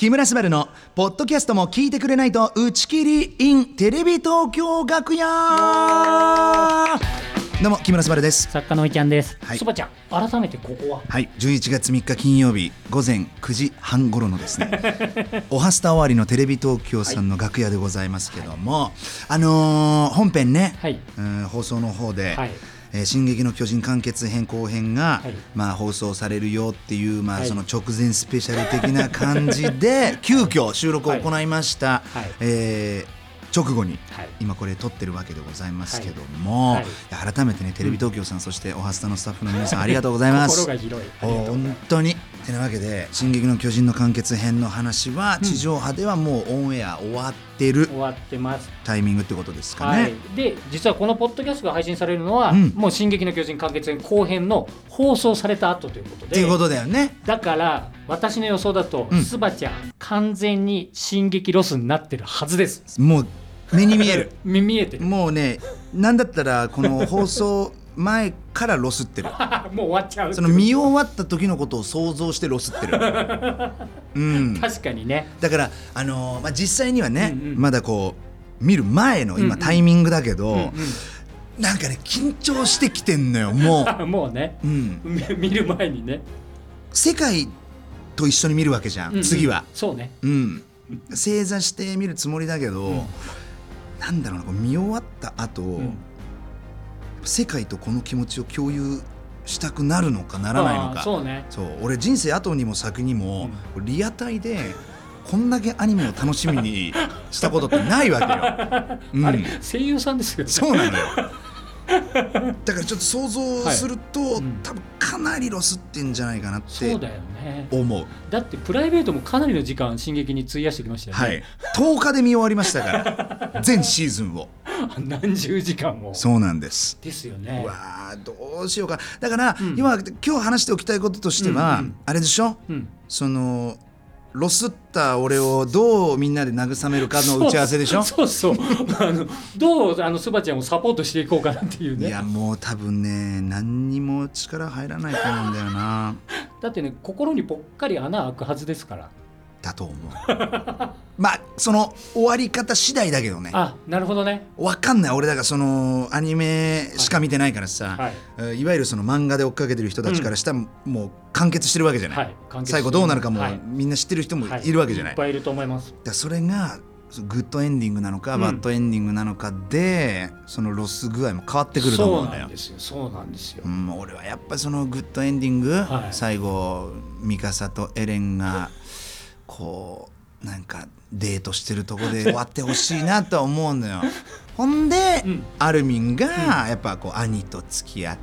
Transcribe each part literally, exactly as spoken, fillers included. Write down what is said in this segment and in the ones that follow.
木村昴のポッドキャストも聞いてくれないと打ち切り in テレビ東京楽屋。どうも木村昴です。 作家のいちゃんです。 はい、 そばちゃん、改めてここは、 はい、じゅういちがつみっか金曜日午前くじはん頃のですねおはスタ終わりのテレビ東京さんの楽屋でございますけども、はい、あのー、本編ね、はい、うん、放送の方で、はい、えー、進撃の巨人完結編後編が、はい、まあ、放送されるよっていう、まあ、はい、その直前スペシャル的な感じで急遽収録を行いました、はいはい、えー直後に、はい、今これ撮ってるわけでございますけども、はいはい、改めてねテレビ東京さん、うん、そしておはスタのスタッフの皆さんありがとうございます。 心が広い。 本当にてなわけで進撃の巨人の完結編の話は地上波ではもうオンエア終わってる、 終わってますタイミングってことですかね、 はい、で実はこのポッドキャストが配信されるのは、うん、もう進撃の巨人完結編後編の放送された後ということで、 っていうことだよね。 だから私の予想だと、うん、スバちゃん完全に進撃ロスになってるはずです。 もう目に見える目見えてる。 もうね、なんだったらこの放送前からロスってるもう終わっちゃう。 その見終わった時のことを想像してロスってるうん、 確かにね。 だからあのーまあ、実際にはね、うんうん、まだこう見る前の今タイミングだけど、うんうん、なんかね緊張してきてんのよもうもうね、うん、見る前にね世界と一緒に見るわけじゃん、うんうん、次はそうね、 うん、正座して見るつもりだけど、うん、なんだろうな、こう見終わった後、うん、世界とこの気持ちを共有したくなるのかならないのか。 そうね、 そう、俺人生後にも先にも、うん、リアタイでこんだけアニメを楽しみにしたことってないわけよ、うん、 あれ声優さんですよね。 そうなのよだからちょっと想像すると、はい、うん、多分かなりロスってんじゃないかなってそうだよね思う。 だってプライベートもかなりの時間進撃に費やしてきましたよね。はい、 とおかで見終わりましたから全シーズンを何十時間も。 そうなんですですよね。 うわどうしようか。だから、うん、今今日話しておきたいこととしては、うんうん、あれでしょ、うん、そのロスった俺をどうみんなで慰めるかの打ち合わせでしょ。 そうそうそうあのどうあのスバちゃんをサポートしていこうかなっていうね。 いやもう多分ね何にも力入らないと思うんだよなだってね心にぽっかり穴開くはずですから。 だと思うまあその終わり方次第だけどね。 あ、なるほどね。 分かんない俺だからそのアニメしか見てないからさ、はいはい、いわゆるその漫画で追っかけてる人たちからしたら、うん、もう完結してるわけじゃない、はい、最後どうなるかも、はい、みんな知ってる人もいるわけじゃない、 はい、いっぱいいると思います。 だそれがグッドエンディングなのか、うん、バッドエンディングなのかでそのロス具合も変わってくると思うんだよ。 そうなんですよ、そうなんですよ、 うん、俺はやっぱそのグッドエンディング、はい、最後ミカサとエレンがこうなんかデートしてるとこで終わってほしいなとは思うのよほんで、うん、アルミンがやっぱこう兄と付き合って、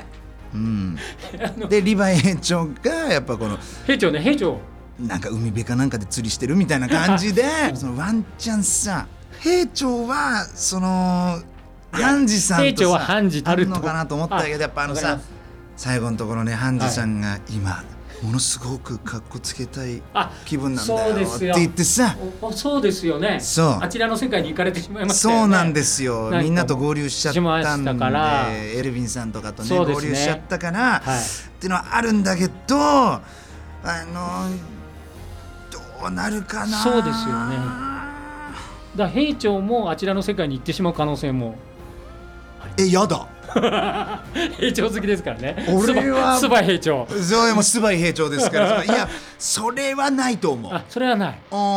うん、でリヴァイ兵長がやっぱこの兵長ね兵長なんか海辺かなんかで釣りしてるみたいな感じでそのワンチャンさ兵長はそのハンジさんとさ兵長はハンジあるのかなと思ったけどやっぱあのさ最後のところねハンジさんが今、はい、ものすごくかっこつけたい気分なんだよって言ってさ。 そうですよね。そうあちらの世界に行かれてしまいましたよね。 そうなんですよ。みんなと合流しちゃったんでエルヴィンさんとかと ね, ね合流しちゃったから、はい、っていうのはあるんだけどあのどうなるかな。 そうですよね。だ兵長もあちらの世界に行ってしまう可能性もえやだ兵長好きですからね。 俺はスバイ兵長。 そうもスバイ兵長ですからいやそれはないと思う。 あそれはない。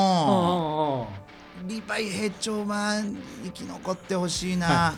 リヴァイ兵長は生き残ってほしいな、 はい、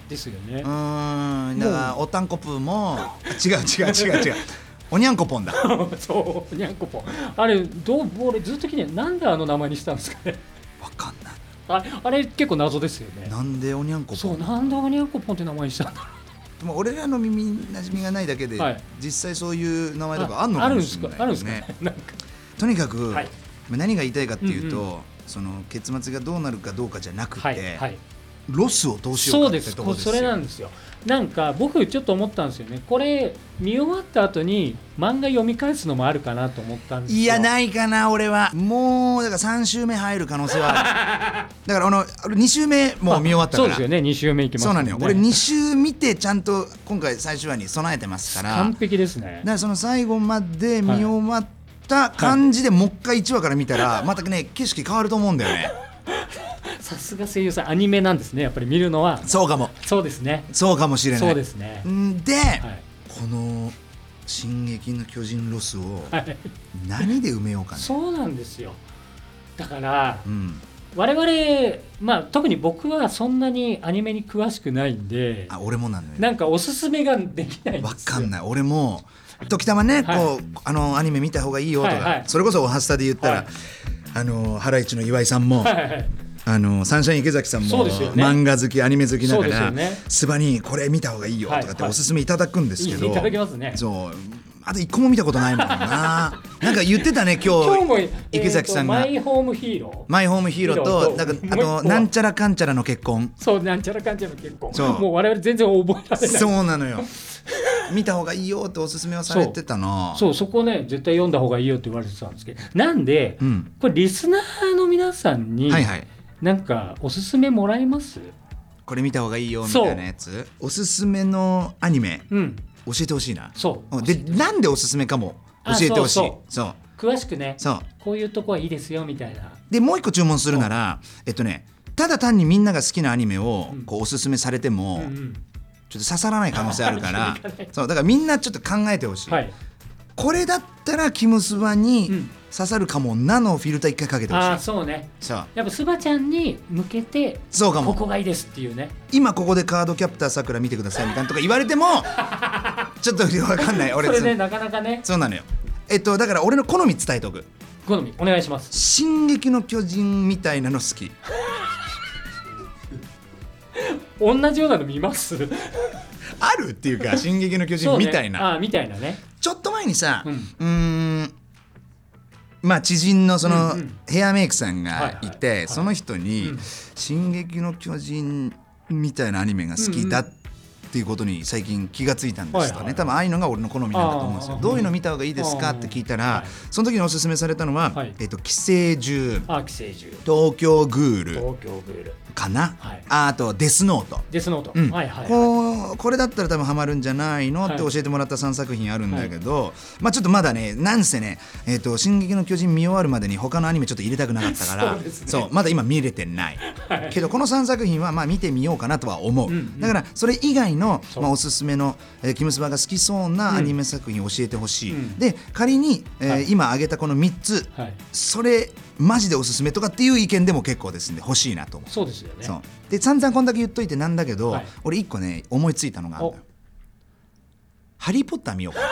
ですよね。 うんだからおたんこぷーも違う違う違う違うおにゃんこぽんだそうおにゃんこぽんあれどう俺ずっと聞いてなんであの名前にしたんですかね。 わかんない。 あ れ, あれ結構謎ですよね。 なんでおにゃんこぽん。 そうなんでおにゃんこぽんって名前にしたんだろう。 でも俺らの耳なじみがないだけで、はい、実際そういう名前とかあるのかもしれない、ね、 あるんですか。あるんですか。なんかとにかく、はい、何が言いたいかっていうと、うんうん、その結末がどうなるかどうかじゃなくて、はいはい、ロスをどうしようかってところですよ。 そうです。それなんですよ。なんか僕ちょっと思ったんですよね。これ見終わった後に漫画読み返すのもあるかなと思ったんですよ。 いやないかな俺は。もうだからさん週目入る可能性はあるだからあのに週目もう見終わったから。 そうですよね。に週目いきますもんね。 そうなのよ。俺に週見てちゃんと今回最終話に備えてますから完璧ですね。 だからその最後まで見終わった感じでもう一回いちわから見たらまたね景色変わると思うんだよね。 さすが声優さん、アニメなんですね、やっぱり見るのは。 そうかも。 そうですね。 そうかもしれない。 そうですね。 で、 はい、 この進撃の巨人ロスを何で埋めようかね。 そうなんですよ。だから、 うん、 我々、まあ、特に僕はそんなにアニメに詳しくないんで、 あ、俺もなんだよ。 なんかおすすめができないんですよ。 わかんない。俺も時たまね、はい、こうあのアニメ見た方がいいよとか、はいはい、それこそおはスタで言ったら、はい、あのハライチの岩井さんも、はいはい、あのサンシャイン池崎さんも、ね、漫画好きアニメ好きだからスバ、ね、にこれ見た方がいいよとかっておすすめいただくんですけど、はいはい、 いただけますね。 そうあと一個も見たことないもんな。なんか言ってたね今日。今日も池崎さんが、 えー、マイホームヒーローマイホームヒーローとなんかあとなんちゃらかんちゃらの結婚。 そうなんちゃらかんちゃらの結婚。そうもう我々全然覚えられない。 そうなのよ。見た方がいいよっておすすめはされてたな。 そう、そうそこね絶対読んだ方がいいよって言われてたんですけど、なんで、うん、これリスナーの皆さんに、はいはい、なんかおすすめもらえます？ これ見た方がいいよみたいなやつ。おすすめのアニメ、うん、教えてほしいな。 そうでなんでおすすめかも教えてほしい。そうそう詳しくね。そうこういうとこはいいですよみたいな。 でもう一個注文するならえっとねただ単にみんなが好きなアニメをこうおすすめされても、うんうん、ちょっと刺さらない可能性あるからそうだからみんなちょっと考えてほしい、はい、これだったらキムスバに刺さるかもなのフィルター一回かけてほしい、うん、 あそうね。そうやっぱスバちゃんに向けてそうかもここがいいですっていうね。 今ここでカードキャプターさくら見てくださいみたいなとか言われてもちょっと分かんない俺。 それねなかなかね。 そうなのよ。えっとだから俺の好み伝えておく。 好みお願いします。 進撃の巨人みたいなの好き。 同じようなの見ます。 あるっていうか進撃の巨人みたいな、 ね、あみたいなね。 ちょっと前にさ、うん、うーんまあ知人のそのヘアメイクさんがいて、はいはい、その人に「進撃の巨人みたいなアニメが好きだ」っていうことに最近気がついたんですとね、はいはい、多分ああいうのが俺の好みなんだと思うんですよ。どういうの見た方がいいですかって聞いたら、その時におすすめされたのは、はいえー、と寄生獣、 あ寄生獣、 東京グール、 東京グールかな、はい、あ, あとデスノートデスノート、 うんはいはいはい、 こ, うこれだったら多分ハマるんじゃないのって教えてもらったさんさく品あるんだけど、はいまあ、ちょっとまだねなんせね、えーと進撃の巨人見終わるまでに他のアニメちょっと入れたくなかったからそうです、ね、そうまだ今見れてない、はい、けどこのさんさく品はまあ見てみようかなとは思う、うんうん、だからそれ以外の、まあ、おすすめの、えー、キムスバが好きそうなアニメ作品を教えてほしい、うん、で仮に、えーはい、今挙げたこのみっつ、はい、それマジでおすすめとかっていう意見でも結構ですんで欲しいなと思う。 そうですよね。 そうで散々こんだけ言っといてなんだけど、はい、俺一個ね思いついたのがあるんだよ。ハリーポッター見ようか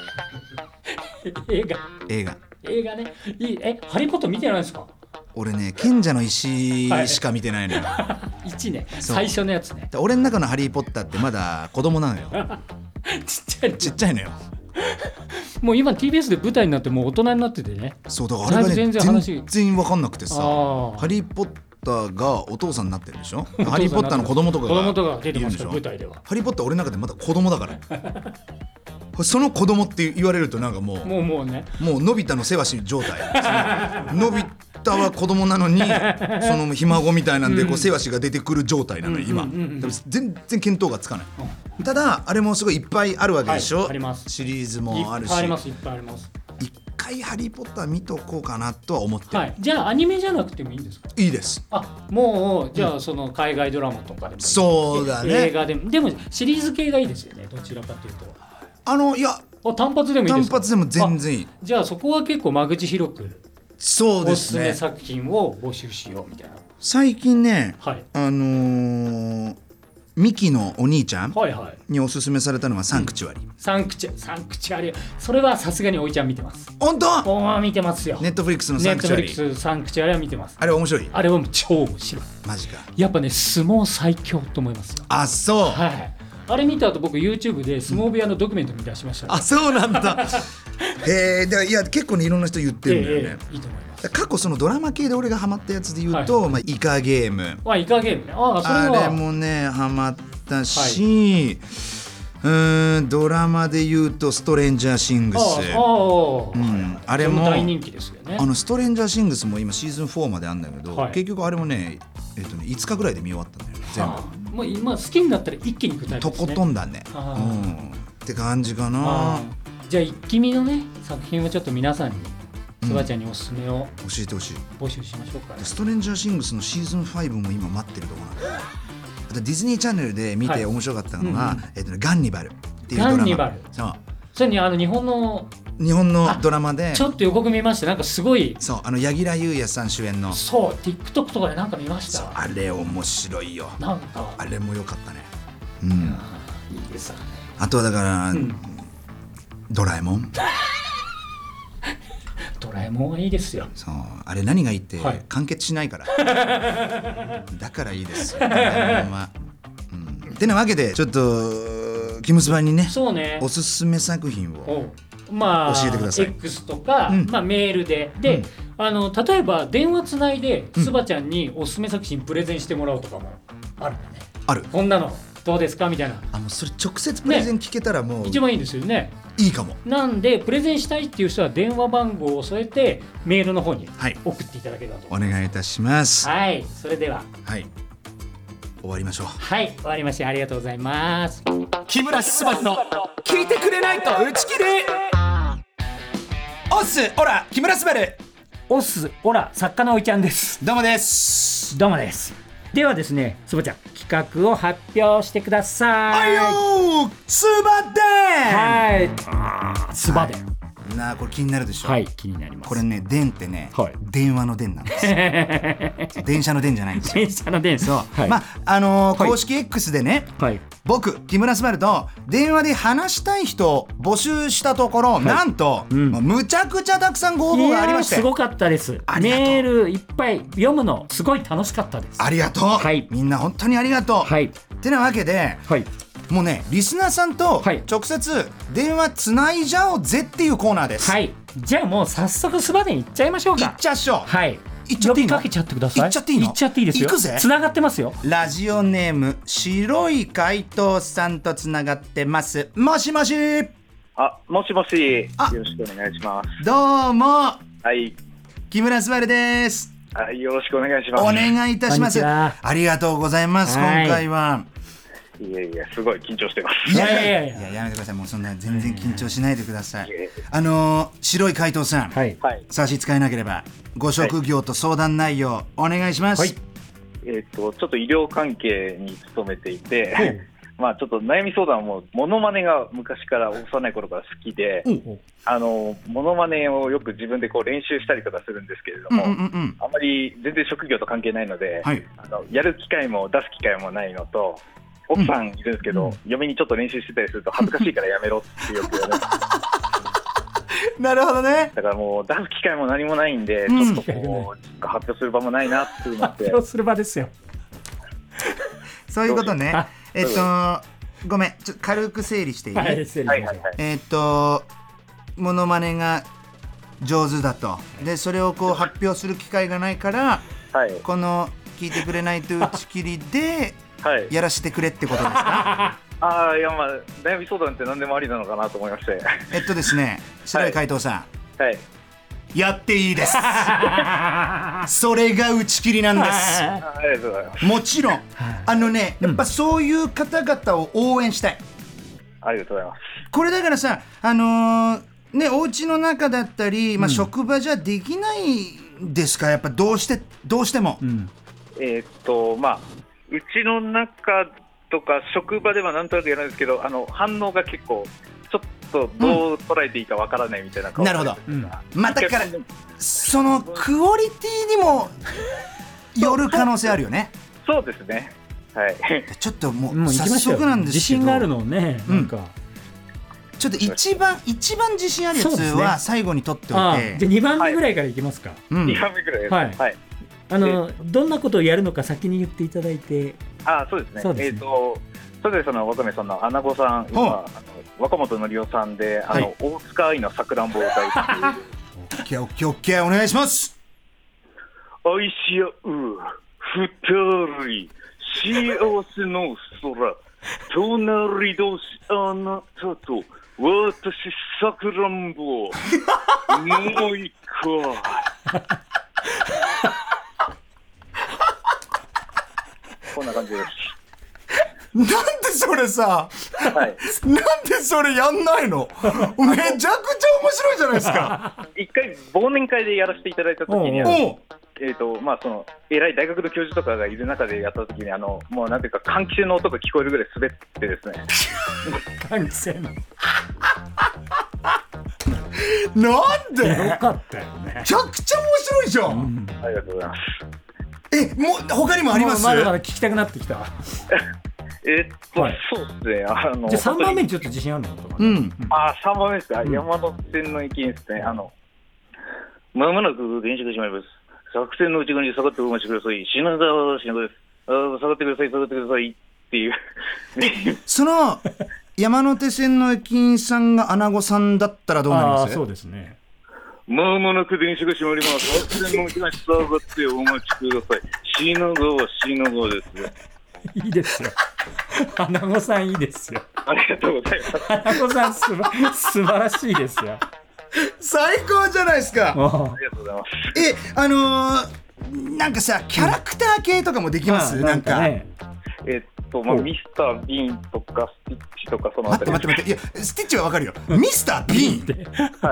映画映画映画ねいい。えハリーポッター見てないですか？ 俺ね賢者の石しか見てないのよ、はい、いちね最初のやつね。 俺の中のハリーポッターってまだ子供なのよちっちゃいちっちゃいのよもう今 ティービーエス で舞台になってもう大人になっててね。 そうだからあれがね全然話全然分かんなくてさハリーポッターがお父さんになってるでしょハリーポッターの子供とかが子供とか出てますから舞台では。 ハリーポッター俺の中でまだ子供だからその子供って言われるとなんかもうもうもうねもうのび太の世話し状態のび太は子供なのにそのひ孫みたいなんでこう世話しが出てくる状態なのよ今、うんうんうんうん、全然見当がつかない、うん、ただあれもすごいいっぱいあるわけでしょ、はい、 あります。 シリーズもあるしいっぱいありますいっぱいあります。 一回ハリーポッター見とこうかなとは思ってる、はい、 じゃあアニメじゃなくてもいいんですか？ いいです。 あもうじゃあその海外ドラマとかでもいい、うん、 そうだね映画でもでもシリーズ系がいいですよねどちらかというと。 あのいや単発でもいいですか？ 単発でも全然いい。 じゃあそこは結構間口広くそうですね、おすすめ作品を募集しようみたいな。 最近ね、 はい、 あのー、ミキのお兄ちゃんにおすすめされたのはサンクチュアリ、うん、 サンクチュサンクチュアリそれはさすがにおいちゃん見てます。 本当？ お見てますよ。 ネットフリックスのサンクチュアリネットフリックスサンクチュアリは見てます。 あれ面白い？ あれは超面白い。 マジか。 やっぱね相撲最強と思いますよ。 あそう、 はい、あれ見た後僕 YouTube で相撲部屋のドキュメント見出しました、ね、 あそうなんだへえいや結構ねいろんな人言ってるんだよね、えー、いいと思います。過去そのドラマ系で俺がハマったやつで言うと、はいまあ、イカゲームあイカゲームね あ, それはあれもねハマったし、はい、うーんドラマで言うとストレンジャーシングス あ, あ,、うん、あれも大人気ですよね。 あのストレンジャーシングスも今シーズンフォーまであるんだけど、はい、結局あれもね、えーとねいつかぐらいで見終わったんだよね全部。 あもう今好きになったら一気にいくタイプですね。 とことんだね、うん、って感じかな。 じゃあ一気見のね作品をちょっと皆さんにスバちゃんにおすすめを教えてほしい。 募集しましょうか、ね、 ストレンジャーシングスのシーズンファイブも今待ってるところなんだ。あとディズニーチャンネルで見て面白かったのが、はいうんうんえーとね、ガンニバルっていうドラマ。 ガンニバルそうそれにあの日本の日本のドラマでちょっと予告見ました。なんかすごいそうあの柳楽優弥さん主演のそう TikTok とかでなんか見ました。 あれ面白いよ。 なんかあれも良かったね。うん、 いいですよね。 あとはだから、うん、ドラえもんドラえもんはいいですよ。 そうあれ何がいいって、はい、完結しないからだからいいですよドラえもんは、うん、てなわけでちょっとキムスバにねそうねおすすめ作品をまあ、 教えてください。 X とか、 うんまあ、メールでで、うん、あの例えば電話つないでスバちゃんにおすすめ作品プレゼンしてもらうとかもあるんだね。 あるこんなのどうですかみたいな。 あもうそれ直接プレゼン聞けたらもう、 ね、一番いいんですよね。 いいかも。なんでプレゼンしたいっていう人は電話番号を添えてメールの方に送っていただければと思います、 はい、お願いいたします。 はいそれでははい終わりましょう。 はい終わりましてありがとうございます。 木村昴の聞いてくれないと打ち切り。オスオラ木村昴。 オスオラ作家のおいちゃんです。 どうもです。 どうもです。ではですねスバちゃん企画を発表してください。 あよースバデン。 はいスバデンなあこれ気になるでしょ。 はい気になります。 これね電ってね、はい、電話の電なんです電車の電じゃないんですよ。 電車の電そう、はい、まああのーはい、公式 X でね、はい、僕木村昴と電話で話したい人を募集したところ、はい、なんと、うん、むちゃくちゃたくさんご応募がありましてすごかったです。メールいっぱい読むのすごい楽しかったです。 ありがとう、はい、みんな本当にありがとう、はい、ってなわけで、はいもうねリスナーさんと直接電話つないじゃおうぜっていうコーナーです。 はいじゃあもう早速スバデン行っちゃいましょうか。 行っちゃっしょう。 はい行っちゃっていいの。呼びかけちゃってください。 行っちゃっていいの。 行っちゃっていいですよ。 行くぜ。 つながってますよ。 ラジオネーム白い怪盗さんとつながってます。もしもし。 あもしもしよろしくお願いします。 どうもはい木村昴です。 はいよろしくお願いします。 お願いいたします。ありがとうございます。今回はいやいやすごい緊張してます。 いやいやいやいややめてください。もうそんな全然緊張しないでください。あのー、白い怪盗さん、はい、差し支えなければご職業と相談内容、はい、お願いします。はい、 えー、っとちょっと医療関係に勤めていて、はい、まあちょっと悩み相談もモノマネが昔から幼い頃から好きで、うん、あのモノマネをよく自分でこう練習したりとかするんですけれども、うんうんうん、あまり全然職業と関係ないので、はい、あのやる機会も出す機会もないのと奥さんいるんですけど、うん、嫁にちょっと練習してたりすると恥ずかしいからやめろってよく言われますなるほどね。 だからもう出す機会も何もないんで、うん、ちょっとこう発表する場もないなっていうので発表する場ですよそういうことね。えっとごめんちょっと軽く整理していい、はい、整理はいはいはい、えっとモノマネが上手だとでそれをこう発表する機会がないから、はい、この聞いてくれないと打ち切りではい、やらせてくれってことですか。 ああいやまあ悩み相談って何でもありなのかなと思いましてえっとですね白い怪盗さん、はい、 やっていいですそれが打ち切りなんです。 ありがとうございます。 もちろんあのねやっぱそういう方々を応援したい、 うん、ありがとうございます。 これだからさあのー、ねお家の中だったり、まあ、職場じゃできないですかやっぱどうしてどうしても、うん、 えー、っとまあうちの中とか職場ではなんとなくやるんですけどあの反応が結構ちょっとどう捉えていいかわからないみたいな顔、うん、 なるほど、うん、またからそのクオリティにもよる可能性あるよね。 そうですねはいちょっともう、もう早速なんですけど自信があるのねなんか、うん、 ちょっと一番一番自信あるやつは最後に取っておいて、 ね、じゃあにばんめぐらいからいきますか、 はいうん、にばんめぐらいです、はい、はいあのどんなことをやるのか先に言っていただいて。 あそうですね。そうですね。えっ、ー、とそれでその若宮さんのアナゴさん今あの若本のりおさんであの、はい、大塚愛のさくらんぼを歌いっていう。オッケーオッケーオッケーお願いします。 愛し合う二人幸せの空隣同士あなたと私さくらんぼもう一回こんな感じです。 なんでそれさ、はい、なんでそれやんないの？めちゃくちゃ面白いじゃないですか。 一回忘年会でやらせていただいた時に、えーとまあ、その偉い大学の教授とかがいる中でやった時に、あのもうなんていうか換気扇の音が聞こえるぐらい滑ってですね。 換気扇なんで？ よかったよね。 めちゃくちゃ面白いじゃん、うん、 ありがとうございます。 え、もう他にもあります？ まだまだ聞きたくなってきた。 えっと、はい、そうですね。あのじゃあさんばんめにちょっと自信あるのとか、 ね、うん。 あ、さんばんめですか。うん、山手線の駅員ですね。あのまもなく電車が閉まります。作戦の内側に下がってお待ちください。品川品川です。あ、下がってください、下がってくださいっていう。 その山手線の駅員さんがアナゴさんだったらどうなります？ あ、そうですね。 まもなく電車が閉まります。作戦の内側に下がってお待ちください。品川品川です。 いいですよ。アナゴさんいいですよ。 ありがとうございます。 アナゴさんすば素晴らしいですよ。 最高じゃないですか。 ありがとうございます。 え、あのー、なんかさ、キャラクター系とかもできます？うん、なんか、ね、 えっとまあ、ミスター・ビーンとかスティッチとかそのあたり。 待って待って待って、いやスティッチはわかるよ。ミスター・ビーンはい、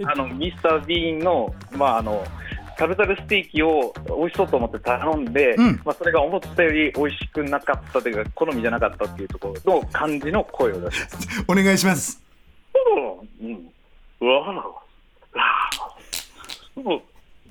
あのミスター・ビーンのまああのタルタルステーキを美味しそうと思って頼んで、うん、まあ、それが思ったより美味しくなかったというか好みじゃなかったっていうところの感じの声を出します。 お願いします。 うん、うわあ、うわ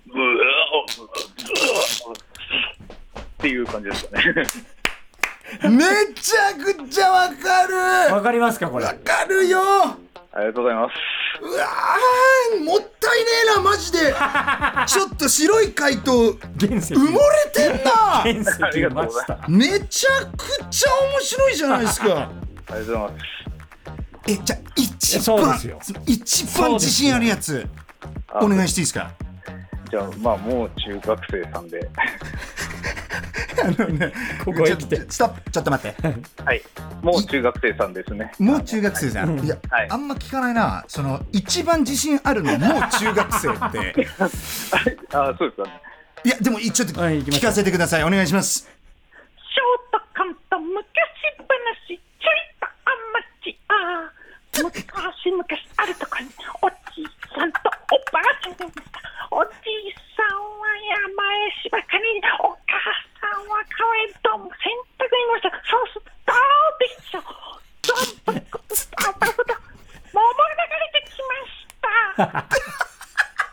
っていう感じですかね。 めちゃくちゃわかる。 わかりますかこれ？ わかるよ。 ありがとうございます。 うわー、もったいねえなマジで。ちょっと白い回答埋もれてんな。 ありがとうございます。 めちゃくちゃ面白いじゃないですか。 ありがとうございます。 え、じゃあ一番一番自信あるやつお願いしていいですか？ じゃあまあもう中学生さんで。 あのね、ここへ来てストップ、ちょっと待って。 はい、もう中学生さんですね。 もう中学生さん、いや、はい、あんま聞かないな。その一番自信あるのもう中学生って。 あ、そうですかね。 いやでもちょっと聞かせてください。お願いします。 ショートカント昔話ちょいとあまちあ昔々あるとこにおじいさんとおばあちゃんがいました。おじいさんは山へ芝刈りに、お母さんは川へどうも洗濯にいました。そうするとどうでしょう、どんどんどんどん桃が流れてきました。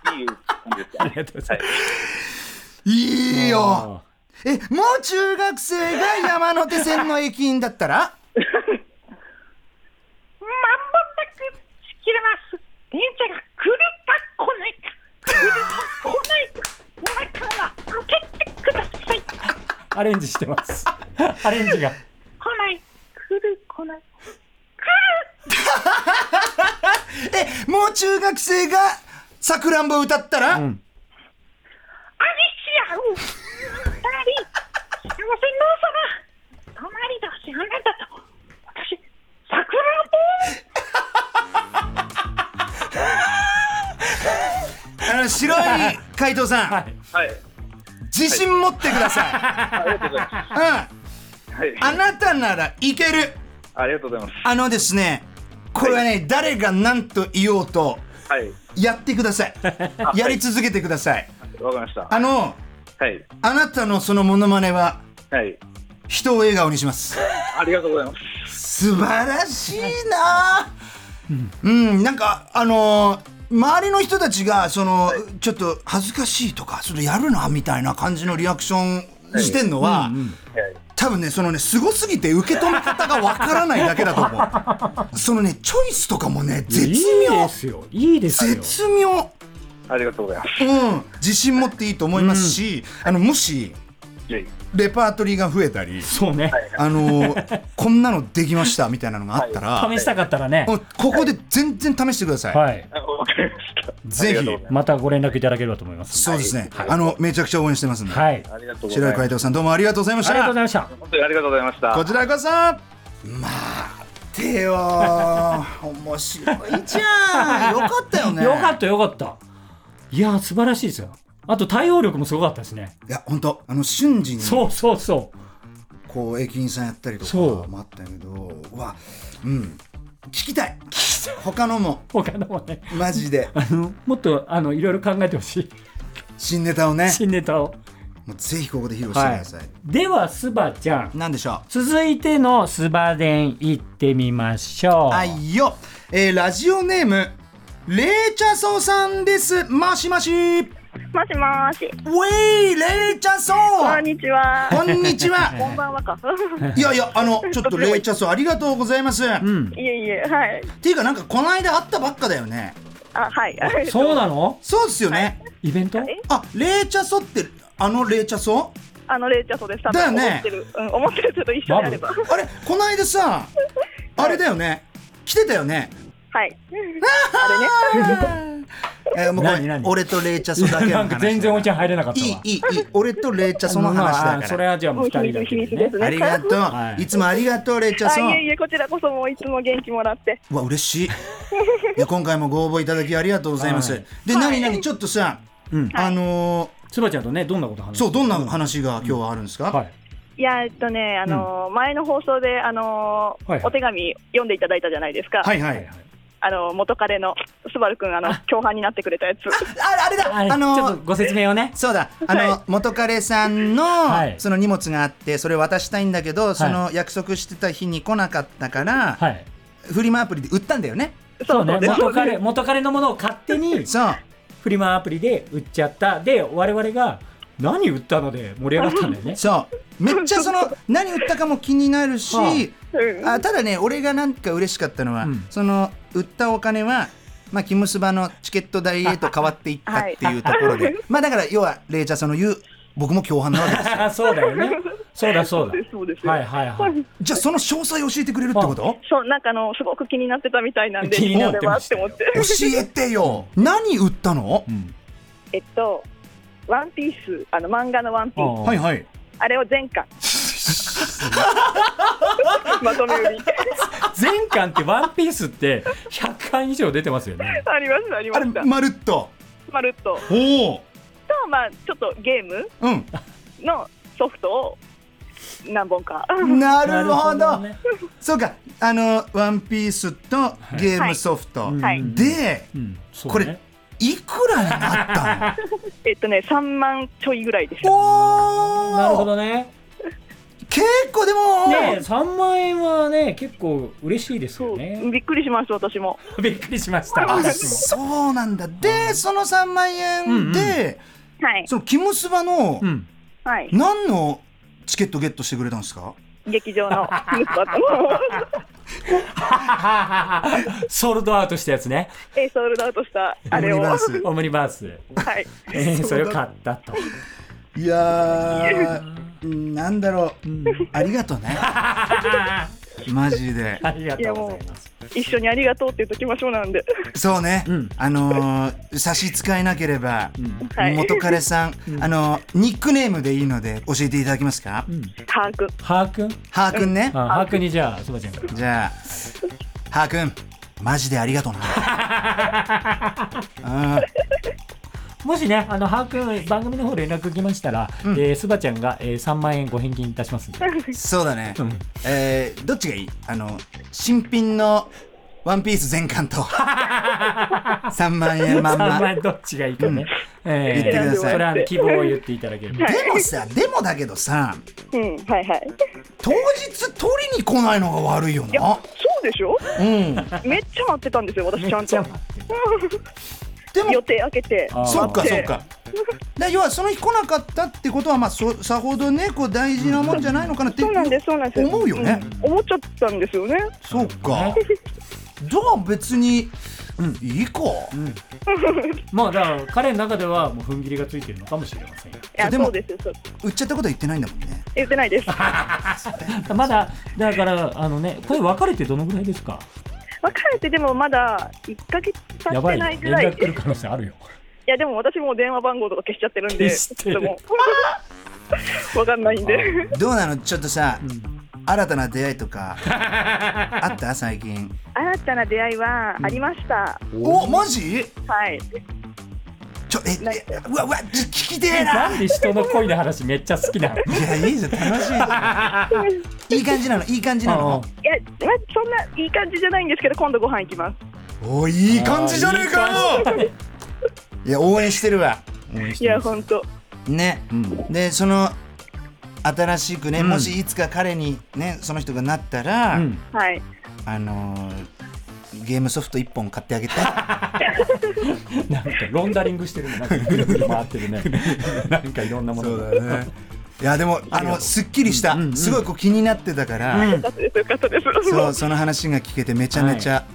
いい感じですか。ありがとうございます。 いいよ。え、もう中学生が山手線の駅員だったらまんもなく仕切れます。電車が来るか来ないか、来るか来ないか、中は開けてください。 アレンジしてます。アレンジが来ない、来る来ない、 来る。え、もう中学生がさくらんぼ歌ったら、うん、 愛し合う二人幸せの王様、隣同士あなたと私さくらんぼ。 あの白い海藤さん、はいはい、 自信持ってください。 ありがとうございます。 うん、はい、あなたならいける。 ありがとうございます。 あのですね、これはね、はい、誰が何と言おうと、 はい、 やってください。やり続けてください。 わかりました。 あの、 はい、 あなたのそのモノマネは、はい、人を笑顔にします。 ありがとうございます。 素晴らしいな。うん、うん、なんかあのー周りの人たちがその、はい、ちょっと恥ずかしいとかそれやるなみたいな感じのリアクションしてんのは、はいうんうん、多分ねそのねすごすぎて受け止め方がわからないだけだと思う。そのねチョイスとかもね絶妙。 いいですよ、いいですよ、 絶妙。 ありがとうございます。 うん、自信持っていいと思いますし、うん、あのもしレパートリーが増えたり、 そうね、 あのー、こんなのできましたみたいなのがあったら、 はい、試したかったらね、 ここで全然試してください。 はい、 わかりました。 ぜひまたご連絡いただければと思います。 そうですね、はい、あのめちゃくちゃ応援してますんで、 はい、 白井海藤さんどうもありがとうございました。 ありがとうございました。 本当にありがとうございました。 こちらこそ。まあてよ面白いじゃん。よかったよね。 よかったよかった。いや素晴らしいですよ。あと対応力もすごかったですね。 いや本当あの瞬時にそうそうそうこう駅員さんやったりとかもあったけど、うわ、うん、聞きたい他のも他のもねマジであのもっとあのいろいろ考えてほしい新ネタをね、 新ネタをもうぜひここで披露してください、はい、 ではスバちゃん、 何でしょう。 続いてのスバ伝いってみましょう。 はいよ、えー、ラジオネームレイチャソさんです。もしもしもしもーし。 ウェイレイチャソこんにちは。 こんにちはこんばんはか。 いやいや、あのちょっとレイチャソありがとうございます、うん、 いえいえ、はい。 っていうかなんかこの間会ったばっかだよね。 あ、はい。 そうなの？ そうですよね、 はい、イベント？ あ、レイチャソってあのレイチャソ？ あのレイチャソです。 だよね。 思ってる、うん、思ってる人と一緒であれば。 あれ、この間さあれだよね、来てたよね。 はい。あれね。 えー、もうこれ俺とレイチャソだけの話。 なんか全然お茶入れなかったわ。 いいいいいい、俺とレイチャソの話だから。 それはじゃあもう二人だけでね。 ありがとう、はい、いつもありがとうレイチャソ。 いえいえ、こちらこそもういつも元気もらって。 うわ嬉しい。いや今回もご応募いただきありがとうございます。はい、で、はい、何何ちょっとさ、うん、あのー、 スバちゃんとねどんなこと話す？ そう、どんな話が今日はあるんですか？うん、はい。 いや、えっとね、あのーうん、前の放送であのーはいはい、お手紙読んでいただいたじゃないですか。 はいはいはい。 あの元彼のスバルくん、あの共犯になってくれたやつ。 あ, あ, あれだ、あのー、 ちょっとご説明をね。 そうだ、あの、はい、元彼さんの、はい、その荷物があってそれを渡したいんだけど、はい、その約束してた日に来なかったから、はい、フリマアプリで売ったんだよね。 そうね、元彼元彼のものを勝手にそうフリマアプリで売っちゃった。で我々が何売ったので盛り上がったんだよね。 そうめっちゃその何売ったかも気になるし、はあ、あただね俺がなんか嬉しかったのは、うん、その売ったお金はまあキムスバのチケット代へと変わっていったっていうところで、はい、まあだから要はレイチャその言う僕も共犯なわけですよ。 そうだよね。そうだそうだ。 そうです。 はいはいはい。 じゃあその詳細教えてくれるってこと？ そう、なんかあのすごく気になってたみたいなんで。 気になってました。 教えてよ。何売ったの？うん、 えっとワンピース、あの漫画のワンピース。 はいはい。 あれを全巻。まとめ売り。 全巻ってワンピースってひゃっかん以上出てますよね。 ありますありました。 あれまるっと。 まるっと。 おお。 とまあちょっとゲームのソフトを何本か。 なるほど。ね、そうか、あのワンピースとゲームソフト、はい、で、うんね、これいくらになったの？ えっとねさんまんちょいぐらいです。 おー、なるほどね。 結構でもねさんまんえんはね結構嬉しいですよね。 びっくりしました私も。 びっくりしました。 あ、そうなんだ。でそのさんまんえんで、うんうん、はい、そのキムスバの、うん、何のチケットゲットしてくれたんですか？ 劇場のキムスバのソールドアウトしたやつね。 えソールドアウトしたあれをオムニバース。 はい。 えー、それを買ったと。 いやーなんだろう、うん、ありがとうね。マジでありがとうございます。 一緒にありがとうって言っときましょうなんで。 そうね、うん、あのー、差し支えなければ、うん、元彼さん、うん、あのー、ニックネームでいいので教えていただけますか？うん、 ハーくん。 ハーくんハーくんね、 うん、ハーくんにじゃあそばちゃんから。 じゃあハーくんマジでありがとうな。 あもしね、あのハーくん番組の方連絡来ましたら、うん、えー、スバちゃんが、えー、さんまんえんご返金いたしますんで。 そうだね、うん、えー、どっちがいい？あの新品のワンピース全巻とさんまんえんまんまさんまんえんどっちがいいかね、 うん、えー、言ってください。 それは希望を言っていただければ。 でもさ、でもだけどさ、 うん、はいはい、 当日取りに来ないのが悪いよな。いやそうでしょ、 うん、 めっちゃ待ってたんですよ私ちゃんと。 でも予定開けて。 そうかそうか。だ要はその日来なかったってことは、まあ、そさほどねこう大事なもんじゃないのかなって思うよね、 うん、思っちゃったんですよね。 そうか。じゃあ別に、うん、いいか、うん、 まあだから彼の中ではもう踏ん切りがついてるのかもしれません。いやでもそうです。 売っちゃったことは言ってないんだもんね。 言ってないです。 まだだからあのね、これ別れてどのぐらいですか？ 別れてでもまだいっかげつ経ってないぐらい。 やばい、連絡来る可能性あるよ。 いやでも私も電話番号とか消しちゃってるんで、ちょっともう分かんないんで。 どうなのちょっとさ、うん、新たな出会いとかあった最近？ 新たな出会いはありました、 うん、おマジ？ はい。 ちょえうわうわ聞きてえな。 なんで人の恋の話めっちゃ好きなの。 いやいいじゃん、楽しいじゃん。いい感じなの、いい感じなの。 いや、まあ、そんないい感じじゃないんですけど、今度ご飯行きます。 おいい感じじゃねえかよ。いや応援してるわ。 いや本当ね、うん、でその新しくね、うん、もしいつか彼にねその人がなったら、うん、 はいあのー、ゲームソフトいっぽん買ってあげて。 なんかロンダリングしてるの、なんかぐるぐる回ってるね。なんかいろんなものそうだね。いやでもあのすっきりした、うんうんうん、すごいこう気になってたから、 よかったですよかったです。 そうその話が聞けてめちゃめちゃ、はい、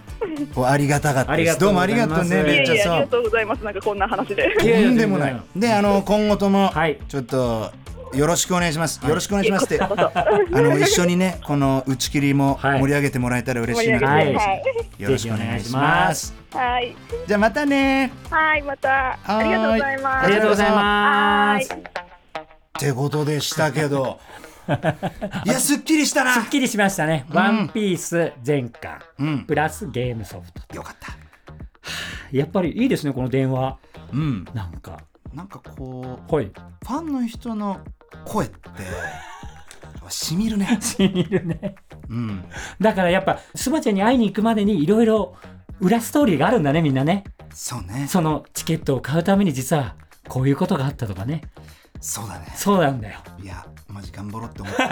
こうありがたかったです。どうもありがとうね、めっちゃそう。 ありがとうございます。なんかこんな話で。 とんでもない。であの今後ともちょっとよろしくお願いします。よろしくお願いしますって。あの一緒にねこの打ち切りも盛り上げてもらえたら嬉しいなと思います。よろしくお願いします。 はい。 じゃあまたね。 はいまた。ありがとうございます。 ありがとうございます。 ってことでしたけど。いやすっきりしたな。 すっきりしましたね。ワンピース全巻、うん、プラスゲームソフト。 よかった。 やっぱりいいですねこの電話。うん。なんかなんかこう、 はい、 ファンの人の声ってしみるね。 しみるね。 うん。 だからやっぱスバちゃんに会いに行くまでにいろいろ裏ストーリーがあるんだねみんなね。 そうね。 そのチケットを買うために実はこういうことがあったとかね。 そうだね。 そうなんだよ。 いやマジ頑張ろうって思った、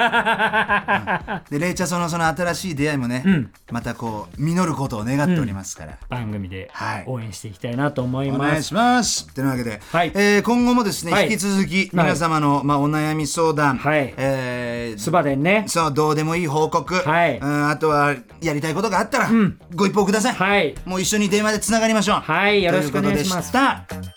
うん、でレイちゃんそのその新しい出会いもね、うん、またこう実ることを願っておりますから、うん、 番組で応援していきたいなと思います、 お願いします。というわけで、はい、えー、今後もですね、はい、引き続き皆様の、はい、まあ、お悩み相談、はい、えー、 スバでね、 そうどうでもいい報告、はい、うん、あとはやりたいことがあったら、うん、ご一報ください、はい、もう一緒に電話でつながりましょう。 はい、よろしくお願いします。 ということでした。